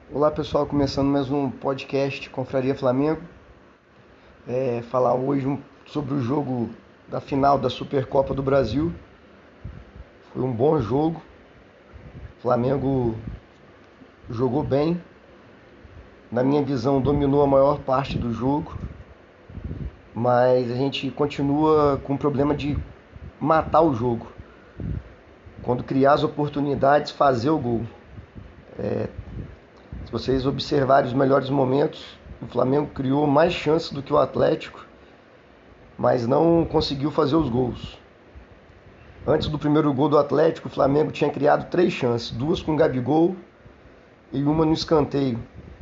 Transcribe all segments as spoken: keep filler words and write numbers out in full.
Olá pessoal, começando mais um podcast Confraria Flamengo. É, falar hoje um- sobre o jogo da final da Supercopa do Brasil. Foi um bom jogo. O Flamengo jogou bem. Na minha visão, dominou a maior parte do jogo. Mas a gente continua com o problema de matar o jogo. Quando criar as oportunidades, fazer o gol. Se vocês observarem os melhores momentos, o Flamengo criou mais chances do que o Atlético, mas não conseguiu fazer os gols. Antes do primeiro gol do Atlético, o Flamengo tinha criado três chances, duas com o Gabigol e uma no escanteio,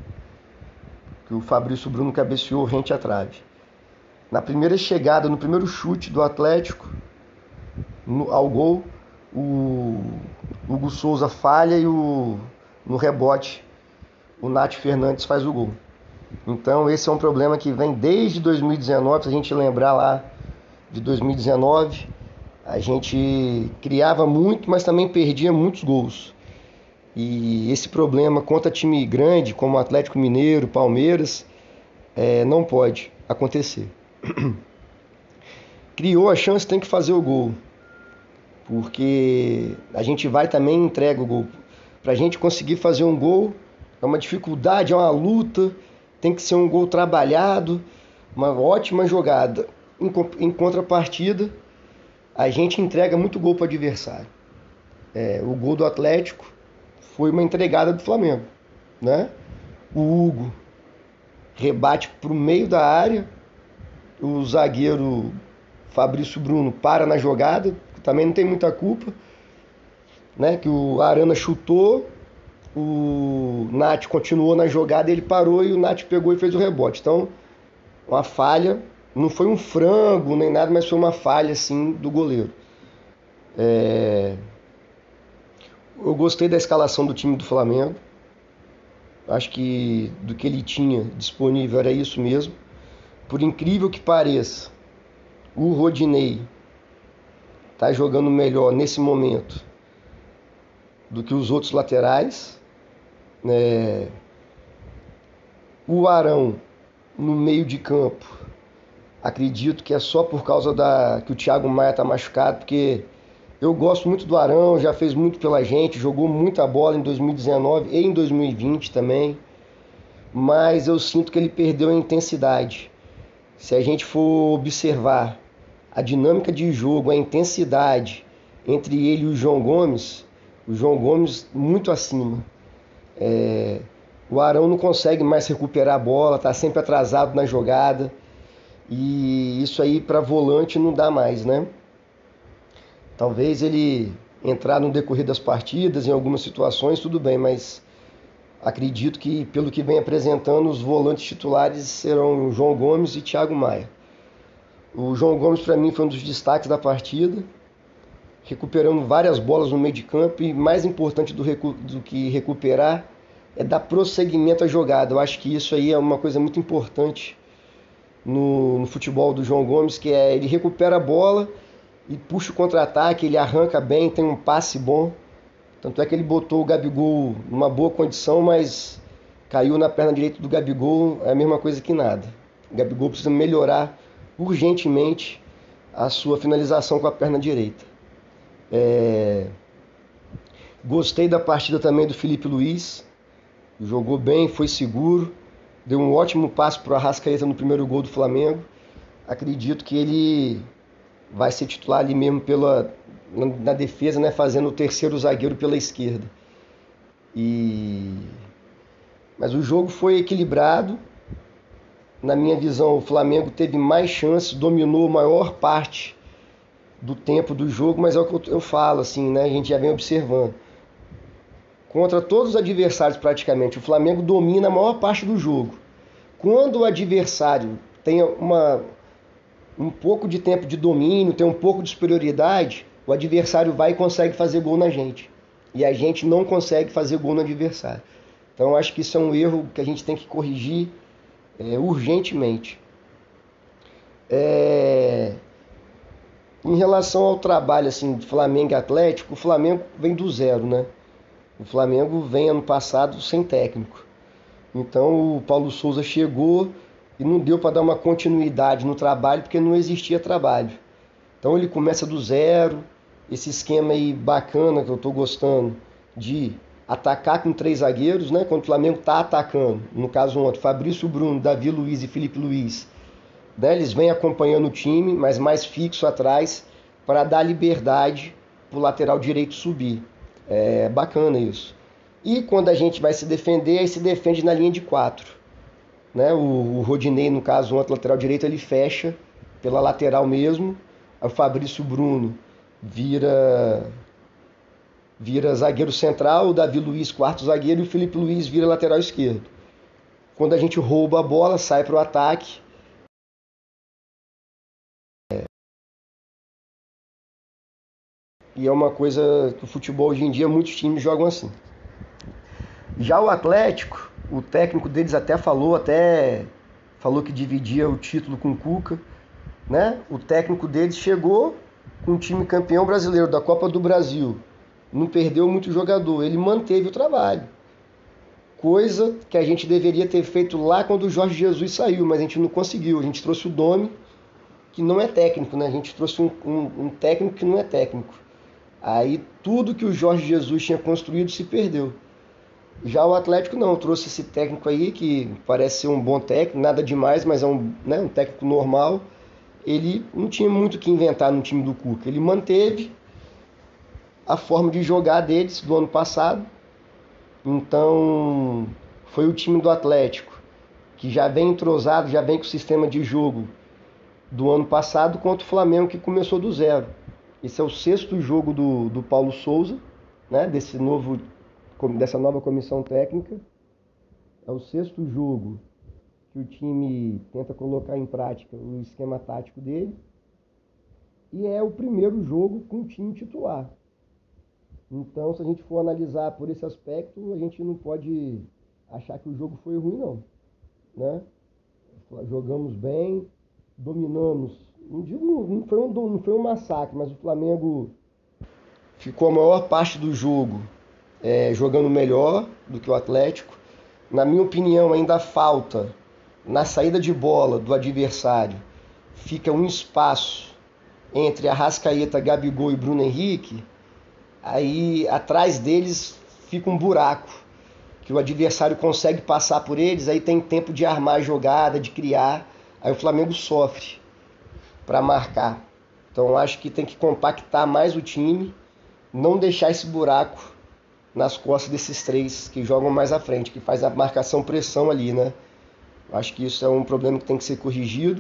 que o Fabrício Bruno cabeceou rente à trave. Na primeira chegada, no primeiro chute do Atlético no, ao gol, o Hugo Souza falha e o, no rebote o Nath Fernandes faz o gol. Então esse é um problema que vem desde dois mil e dezenove, se a gente lembrar lá de dois mil e dezenove, a gente criava muito, mas também perdia muitos gols. E esse problema contra time grande, como Atlético Mineiro, Palmeiras, é, não pode acontecer. Criou a chance, tem que fazer o gol. Porque a gente vai também e entrega o gol. Para a gente conseguir fazer um gol, é uma dificuldade, é uma luta, tem que ser um gol trabalhado, uma ótima jogada. Em, em contrapartida, a gente entrega muito gol para o adversário. É, o gol do Atlético foi uma entregada do Flamengo, né? O Hugo rebate para o meio da área, o zagueiro Fabrício Bruno para na jogada, também não tem muita culpa, né? Que o Arana chutou, o Nath continuou na jogada, ele parou e o Nath pegou e fez o rebote. Então, uma falha, não foi um frango nem nada, mas foi uma falha assim do goleiro. É... Eu gostei da escalação do time do Flamengo. Acho que do que ele tinha disponível era isso mesmo. Por incrível que pareça, o Rodinei está jogando melhor nesse momento do que os outros laterais. É... O Arão no meio de campo, acredito que é só por causa da que o Thiago Maia está machucado, porque eu gosto muito do Arão, já fez muito pela gente, jogou muita bola em dois mil e dezenove e em dois mil e vinte também, mas eu sinto que ele perdeu a intensidade. Se a gente for observar a dinâmica de jogo, a intensidade entre ele e o João Gomes, o João Gomes muito acima. É... O Arão não consegue mais recuperar a bola, está sempre atrasado na jogada, e isso aí para volante não dá mais, né? Talvez ele entrar no decorrer das partidas, em algumas situações, tudo bem, mas acredito que, pelo que vem apresentando, os volantes titulares serão João Gomes e Thiago Maia. O João Gomes, para mim, foi um dos destaques da partida, recuperando várias bolas no meio de campo, e mais importante do, recu- do que recuperar é dar prosseguimento à jogada. Eu acho que isso aí é uma coisa muito importante no, no futebol do João Gomes, que é ele recupera a bola e puxa o contra-ataque, ele arranca bem, tem um passe bom. Tanto é que ele botou o Gabigol numa boa condição, mas caiu na perna direita do Gabigol, é a mesma coisa que nada. O Gabigol precisa melhorar urgentemente a sua finalização com a perna direita. É... Gostei da partida também do Felipe Luiz, jogou bem, foi seguro, deu um ótimo passe para o Arrascaeta no primeiro gol do Flamengo. Acredito que ele vai ser titular ali mesmo pela, na defesa, né, fazendo o terceiro zagueiro pela esquerda. E... Mas o jogo foi equilibrado. Na minha visão, o Flamengo teve mais chances, dominou a maior parte do tempo do jogo, mas é o que eu falo, assim, né, a gente já vem observando. Contra todos os adversários praticamente, o Flamengo domina a maior parte do jogo. Quando o adversário tem uma... um pouco de tempo de domínio, tem um pouco de superioridade, o adversário vai e consegue fazer gol na gente. E a gente não consegue fazer gol no adversário. Então eu acho que isso é um erro que a gente tem que corrigir é, urgentemente. É... Em relação ao trabalho assim, de Flamengo e Atlético, o Flamengo vem do zero, né? O Flamengo vem ano passado sem técnico. Então o Paulo Souza chegou e não deu para dar uma continuidade no trabalho porque não existia trabalho. Então ele começa do zero, esse esquema aí bacana que eu estou gostando de atacar com três zagueiros, né? Quando o Flamengo está atacando, no caso ontem, Fabrício Bruno, Davi Luiz e Felipe Luiz, né? Eles vêm acompanhando o time, mas mais fixo atrás, para dar liberdade para o lateral direito subir. É bacana isso. E quando a gente vai se defender, aí se defende na linha de quatro. Né? O, o Rodinei, no caso, ontem, lateral direito, ele fecha pela lateral mesmo. Aí o Fabrício Bruno vira vira zagueiro central, o Davi Luiz quarto zagueiro e o Felipe Luiz vira lateral esquerdo. Quando a gente rouba a bola, sai para o ataque. E é uma coisa que o futebol hoje em dia, muitos times jogam assim. Já o Atlético, o técnico deles até falou, até falou que dividia o título com o Cuca, né? O técnico deles chegou com um time campeão brasileiro da Copa do Brasil, não perdeu muito jogador, ele manteve o trabalho. Coisa que a gente deveria ter feito lá quando o Jorge Jesus saiu, mas a gente não conseguiu. A gente trouxe o Domi, que não é técnico, né? A gente trouxe um, um, um técnico que não é técnico. Aí tudo que o Jorge Jesus tinha construído se perdeu. Já o Atlético não, trouxe esse técnico aí que parece ser um bom técnico, nada demais, mas é um, né, um técnico normal. Ele não tinha muito o que inventar no time do Cuca. Ele manteve a forma de jogar deles do ano passado. Então foi o time do Atlético, que já vem entrosado, já vem com o sistema de jogo do ano passado, contra o Flamengo, que começou do zero. Esse é o sexto jogo do, do Paulo Souza, né, desse novo, dessa nova comissão técnica. É o sexto jogo que o time tenta colocar em prática o esquema tático dele. E é o primeiro jogo com o time titular. Então, se a gente for analisar por esse aspecto, a gente não pode achar que o jogo foi ruim, não. Né? Jogamos bem, dominamos. Não digo, não foi um, não foi um massacre, mas o Flamengo ficou a maior parte do jogo é, jogando melhor do que o Atlético. Na minha opinião, ainda falta, na saída de bola do adversário, fica um espaço entre Arrascaeta, Gabigol e Bruno Henrique. Aí atrás deles fica um buraco, que o adversário consegue passar por eles, aí tem tempo de armar a jogada, de criar, aí o Flamengo sofre para marcar. Então acho que tem que compactar mais o time, não deixar esse buraco nas costas desses três que jogam mais à frente, que faz a marcação-pressão ali, né? Acho que isso é um problema que tem que ser corrigido.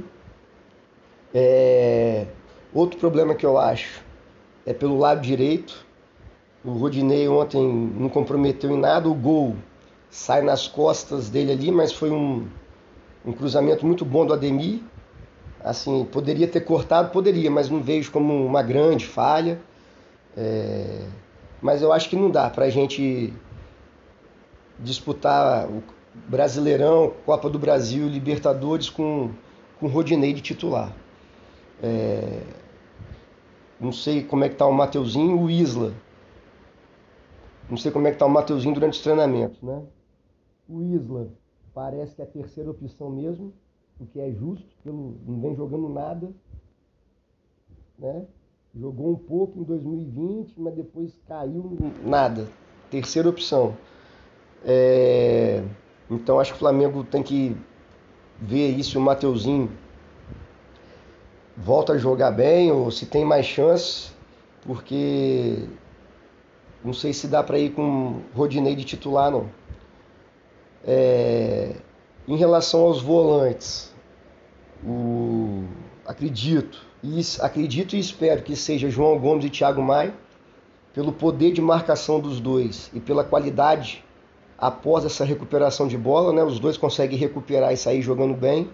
É... Outro problema que eu acho é pelo lado direito. O Rodinei ontem não comprometeu em nada, o gol sai nas costas dele ali, mas foi um, um cruzamento muito bom do Ademir. Assim, poderia ter cortado, poderia, mas não vejo como uma grande falha. É... Mas eu acho que não dá para a gente disputar o Brasileirão, Copa do Brasil, Libertadores com, com o Rodinei de titular. É... Não sei como é que tá o Mateuzinho, o Isla. Não sei como é que tá o Mateuzinho durante os treinamentos, né? O Isla parece que é a terceira opção mesmo, o que é justo, pelo não vem jogando nada, né? Jogou um pouco em dois mil e vinte, mas depois caiu nada. Terceira opção. É... Então acho que o Flamengo tem que ver isso, se o Mateuzinho volta a jogar bem ou se tem mais chance, porque não sei se dá para ir com o Rodinei de titular, não. É... Em relação aos volantes, o... acredito, e, acredito e espero que seja João Gomes e Thiago Maia, pelo poder de marcação dos dois e pela qualidade após essa recuperação de bola, né? Os dois conseguem recuperar e sair jogando bem.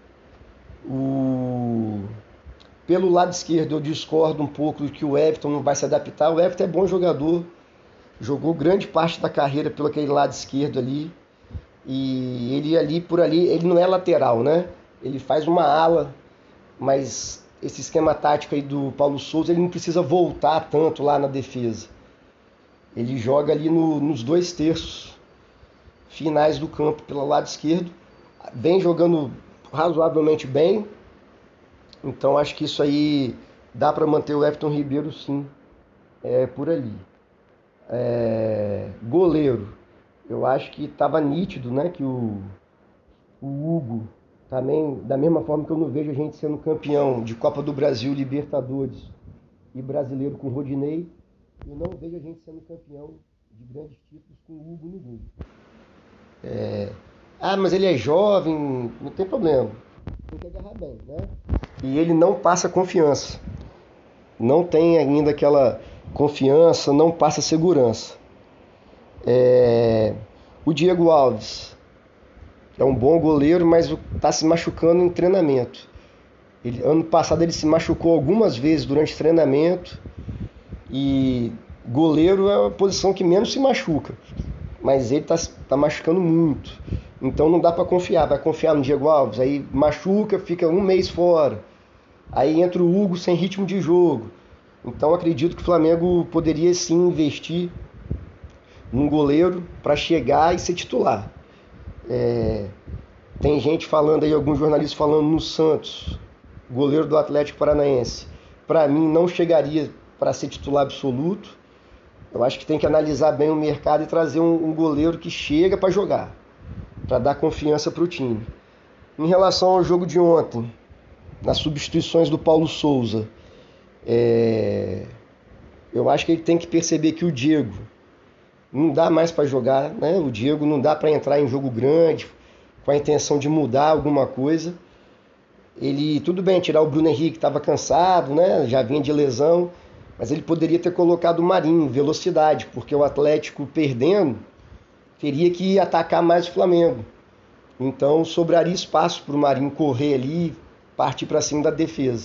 O... Pelo lado esquerdo eu discordo um pouco do que o Everton não vai se adaptar. O Everton é bom jogador, jogou grande parte da carreira pelo aquele lado esquerdo ali. E ele ali por ali, ele não é lateral, né? Ele faz uma ala, mas esse esquema tático aí do Paulo Souza, ele não precisa voltar tanto lá na defesa. Ele joga ali no, nos dois terços finais do campo pelo lado esquerdo, vem jogando razoavelmente bem, então acho que isso aí dá para manter o Everton Ribeiro sim, é, por ali. É, goleiro, eu acho que estava nítido, né, que o, o Hugo também, da mesma forma que eu não vejo a gente sendo campeão de Copa do Brasil, Libertadores e Brasileiro com o Rodinei, eu não vejo a gente sendo campeão de grandes títulos com o Hugo no gol. É, ah, mas ele é jovem, não tem problema, tem que agarrar bem, né? E ele não passa confiança, não tem ainda aquela confiança, não passa segurança. É, o Diego Alves é um bom goleiro, mas está se machucando em treinamento. Ele, ano passado ele se machucou algumas vezes durante treinamento, e goleiro é a posição que menos se machuca, mas ele está tá machucando muito, então não dá para confiar. Vai confiar no Diego Alves, aí machuca, fica um mês fora, aí entra o Hugo sem ritmo de jogo. Então acredito que o Flamengo poderia sim investir num goleiro para chegar e ser titular. É, tem gente falando aí, alguns jornalistas falando no Santos, goleiro do Atlético Paranaense. Para mim não chegaria para ser titular absoluto. Eu acho que tem que analisar bem o mercado e trazer um, um goleiro que chega para jogar, para dar confiança para o time. Em relação ao jogo de ontem, nas substituições do Paulo Souza, é, eu acho que ele tem que perceber que o Diego não dá mais para jogar, né? O Diego não dá para entrar em jogo grande com a intenção de mudar alguma coisa. Ele, tudo bem, tirar o Bruno Henrique, estava cansado, né? Já vinha de lesão, mas ele poderia ter colocado o Marinho, velocidade, porque o Atlético perdendo teria que atacar mais o Flamengo. Então sobraria espaço para o Marinho correr ali, partir para cima da defesa.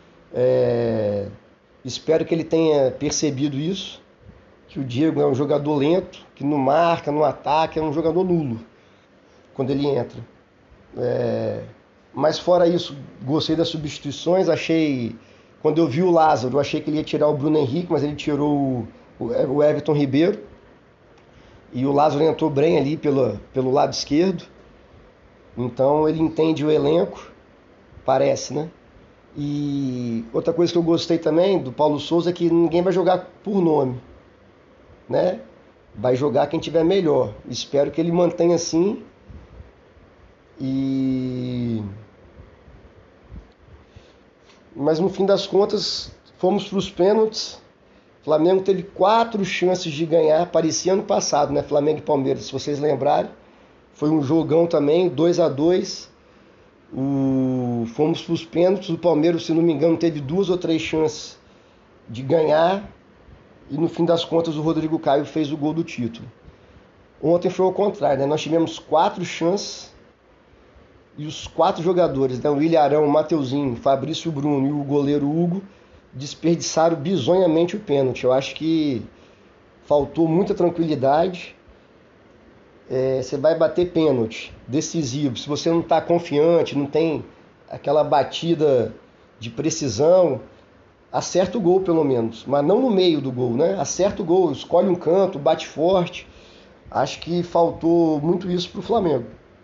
É... Espero que ele tenha percebido isso, que o Diego é um jogador lento, que não marca, não ataca, é um jogador nulo quando ele entra. É... Mas fora isso, gostei das substituições, achei... Quando eu vi o Lázaro, eu achei que ele ia tirar o Bruno Henrique, mas ele tirou o Everton Ribeiro. E o Lázaro entrou bem ali pelo, pelo lado esquerdo. Então ele entende o elenco, parece, né? E outra coisa que eu gostei também do Paulo Souza é que ninguém vai jogar por nome, né? Vai jogar quem tiver melhor. Espero que ele mantenha assim. E... Mas no fim das contas, fomos para os pênaltis. O Flamengo teve quatro chances de ganhar, parecia ano passado, né? Flamengo e Palmeiras, se vocês lembrarem. Foi um jogão também, dois a dois. O... Fomos para os pênaltis. O Palmeiras, se não me engano, teve duas ou três chances de ganhar. E no fim das contas, o Rodrigo Caio fez o gol do título. Ontem foi o contrário, né? Nós tivemos quatro chances. E os quatro jogadores, né, o Ilharão, o Mateuzinho, Fabrício Bruno e o goleiro Hugo, desperdiçaram bizonhamente o pênalti. Eu acho que faltou muita tranquilidade. É, você vai bater pênalti decisivo. Se você não está confiante, não tem aquela batida de precisão, acerta o gol pelo menos. Mas não no meio do gol, né? Acerta o gol, escolhe um canto, bate forte. Acho que faltou muito isso para o Flamengo.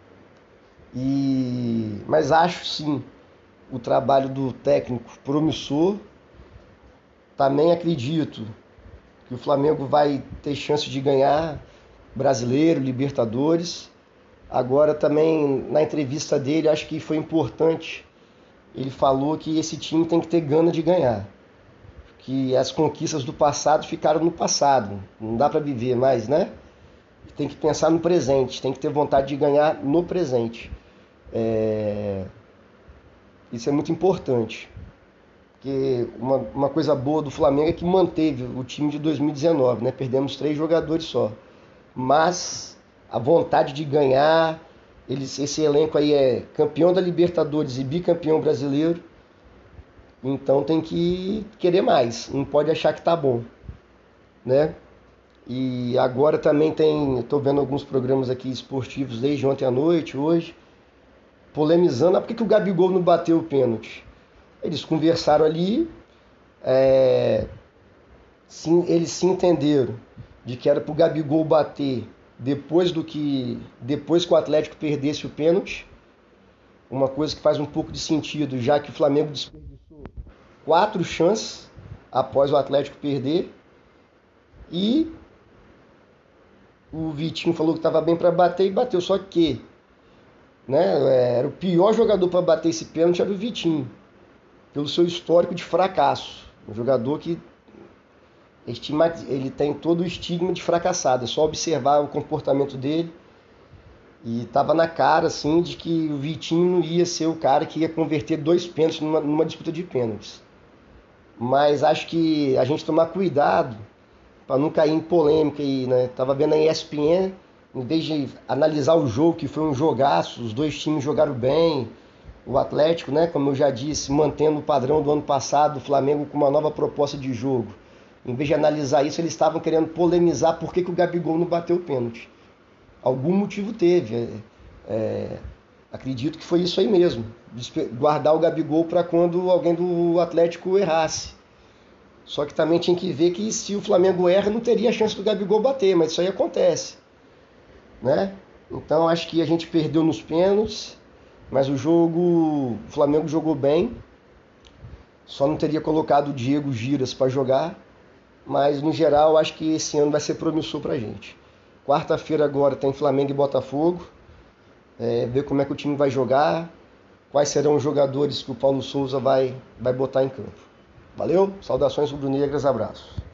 E... Mas acho sim o trabalho do técnico promissor. Também acredito que o Flamengo vai ter chance de ganhar Brasileiro, Libertadores. Agora também na entrevista dele, acho que foi importante. Ele falou que esse time tem que ter gana de ganhar. Que as conquistas do passado ficaram no passado. Não dá para viver mais, né? Tem que pensar no presente, tem que ter vontade de ganhar no presente. É... Isso é muito importante, porque uma, uma coisa boa do Flamengo é que manteve o time de dois mil e dezenove, né? Perdemos três jogadores só, mas a vontade de ganhar, eles, esse elenco aí é campeão da Libertadores e bicampeão brasileiro, então tem que querer mais, não pode achar que tá bom, né? E agora também tem, estou vendo alguns programas aqui esportivos desde ontem à noite, hoje, polemizando, ah, por que, que o Gabigol não bateu o pênalti? Eles conversaram ali, é, sim, eles se entenderam de que era para o Gabigol bater depois do que depois que o Atlético perdesse o pênalti, uma coisa que faz um pouco de sentido, já que o Flamengo desperdiçou quatro chances após o Atlético perder e o Vitinho falou que estava bem para bater e bateu, só que, né, era o pior jogador para bater esse pênalti era o Vitinho, pelo seu histórico de fracasso, um jogador que estima, ele tem todo o estigma de fracassado, é só observar o comportamento dele. E estava na cara, assim, de que o Vitinho não ia ser o cara que ia converter dois pênaltis numa, numa disputa de pênaltis. Mas acho que a gente tomar cuidado para não cair em polêmica. E, né, tava vendo a E S P N, em vez de analisar o jogo, que foi um jogaço, os dois times jogaram bem. O Atlético, né, como eu já disse, mantendo o padrão do ano passado, o Flamengo com uma nova proposta de jogo. Em vez de analisar isso, eles estavam querendo polemizar por que, que o Gabigol não bateu o pênalti. Algum motivo teve. É, acredito que foi isso aí mesmo. Guardar o Gabigol para quando alguém do Atlético errasse. Só que também tinha que ver que se o Flamengo erra, não teria chance do Gabigol bater, mas isso aí acontece. Né? Então acho que a gente perdeu nos pênaltis, mas o jogo, o Flamengo jogou bem. Só não teria colocado o Diego Giras para jogar, mas no geral acho que esse ano vai ser promissor para a gente. Quarta-feira agora tem Flamengo e Botafogo. É, ver como é que o time vai jogar. Quais serão os jogadores que o Paulo Souza vai, vai botar em campo. Valeu? Saudações rubro-negras, abraço.